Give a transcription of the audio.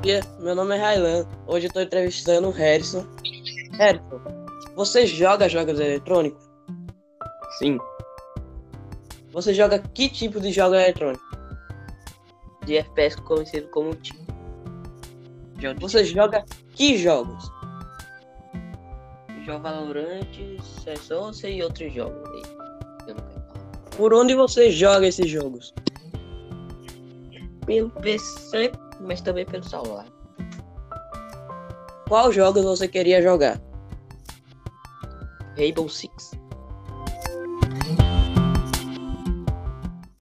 Meu nome é Railan. Hoje eu tô entrevistando o Harrison. Harrison, você joga jogos eletrônicos? Sim, Você joga que tipo de jogo eletrônico? de FPS conhecido como TIM. Você joga que jogos? Joga Valorant, CS11 e outros jogos aí. Eu não quero falar. Por onde você joga esses jogos? Pelo PC, mas também pelo celular. Qual jogos você queria jogar? Rainbow Six.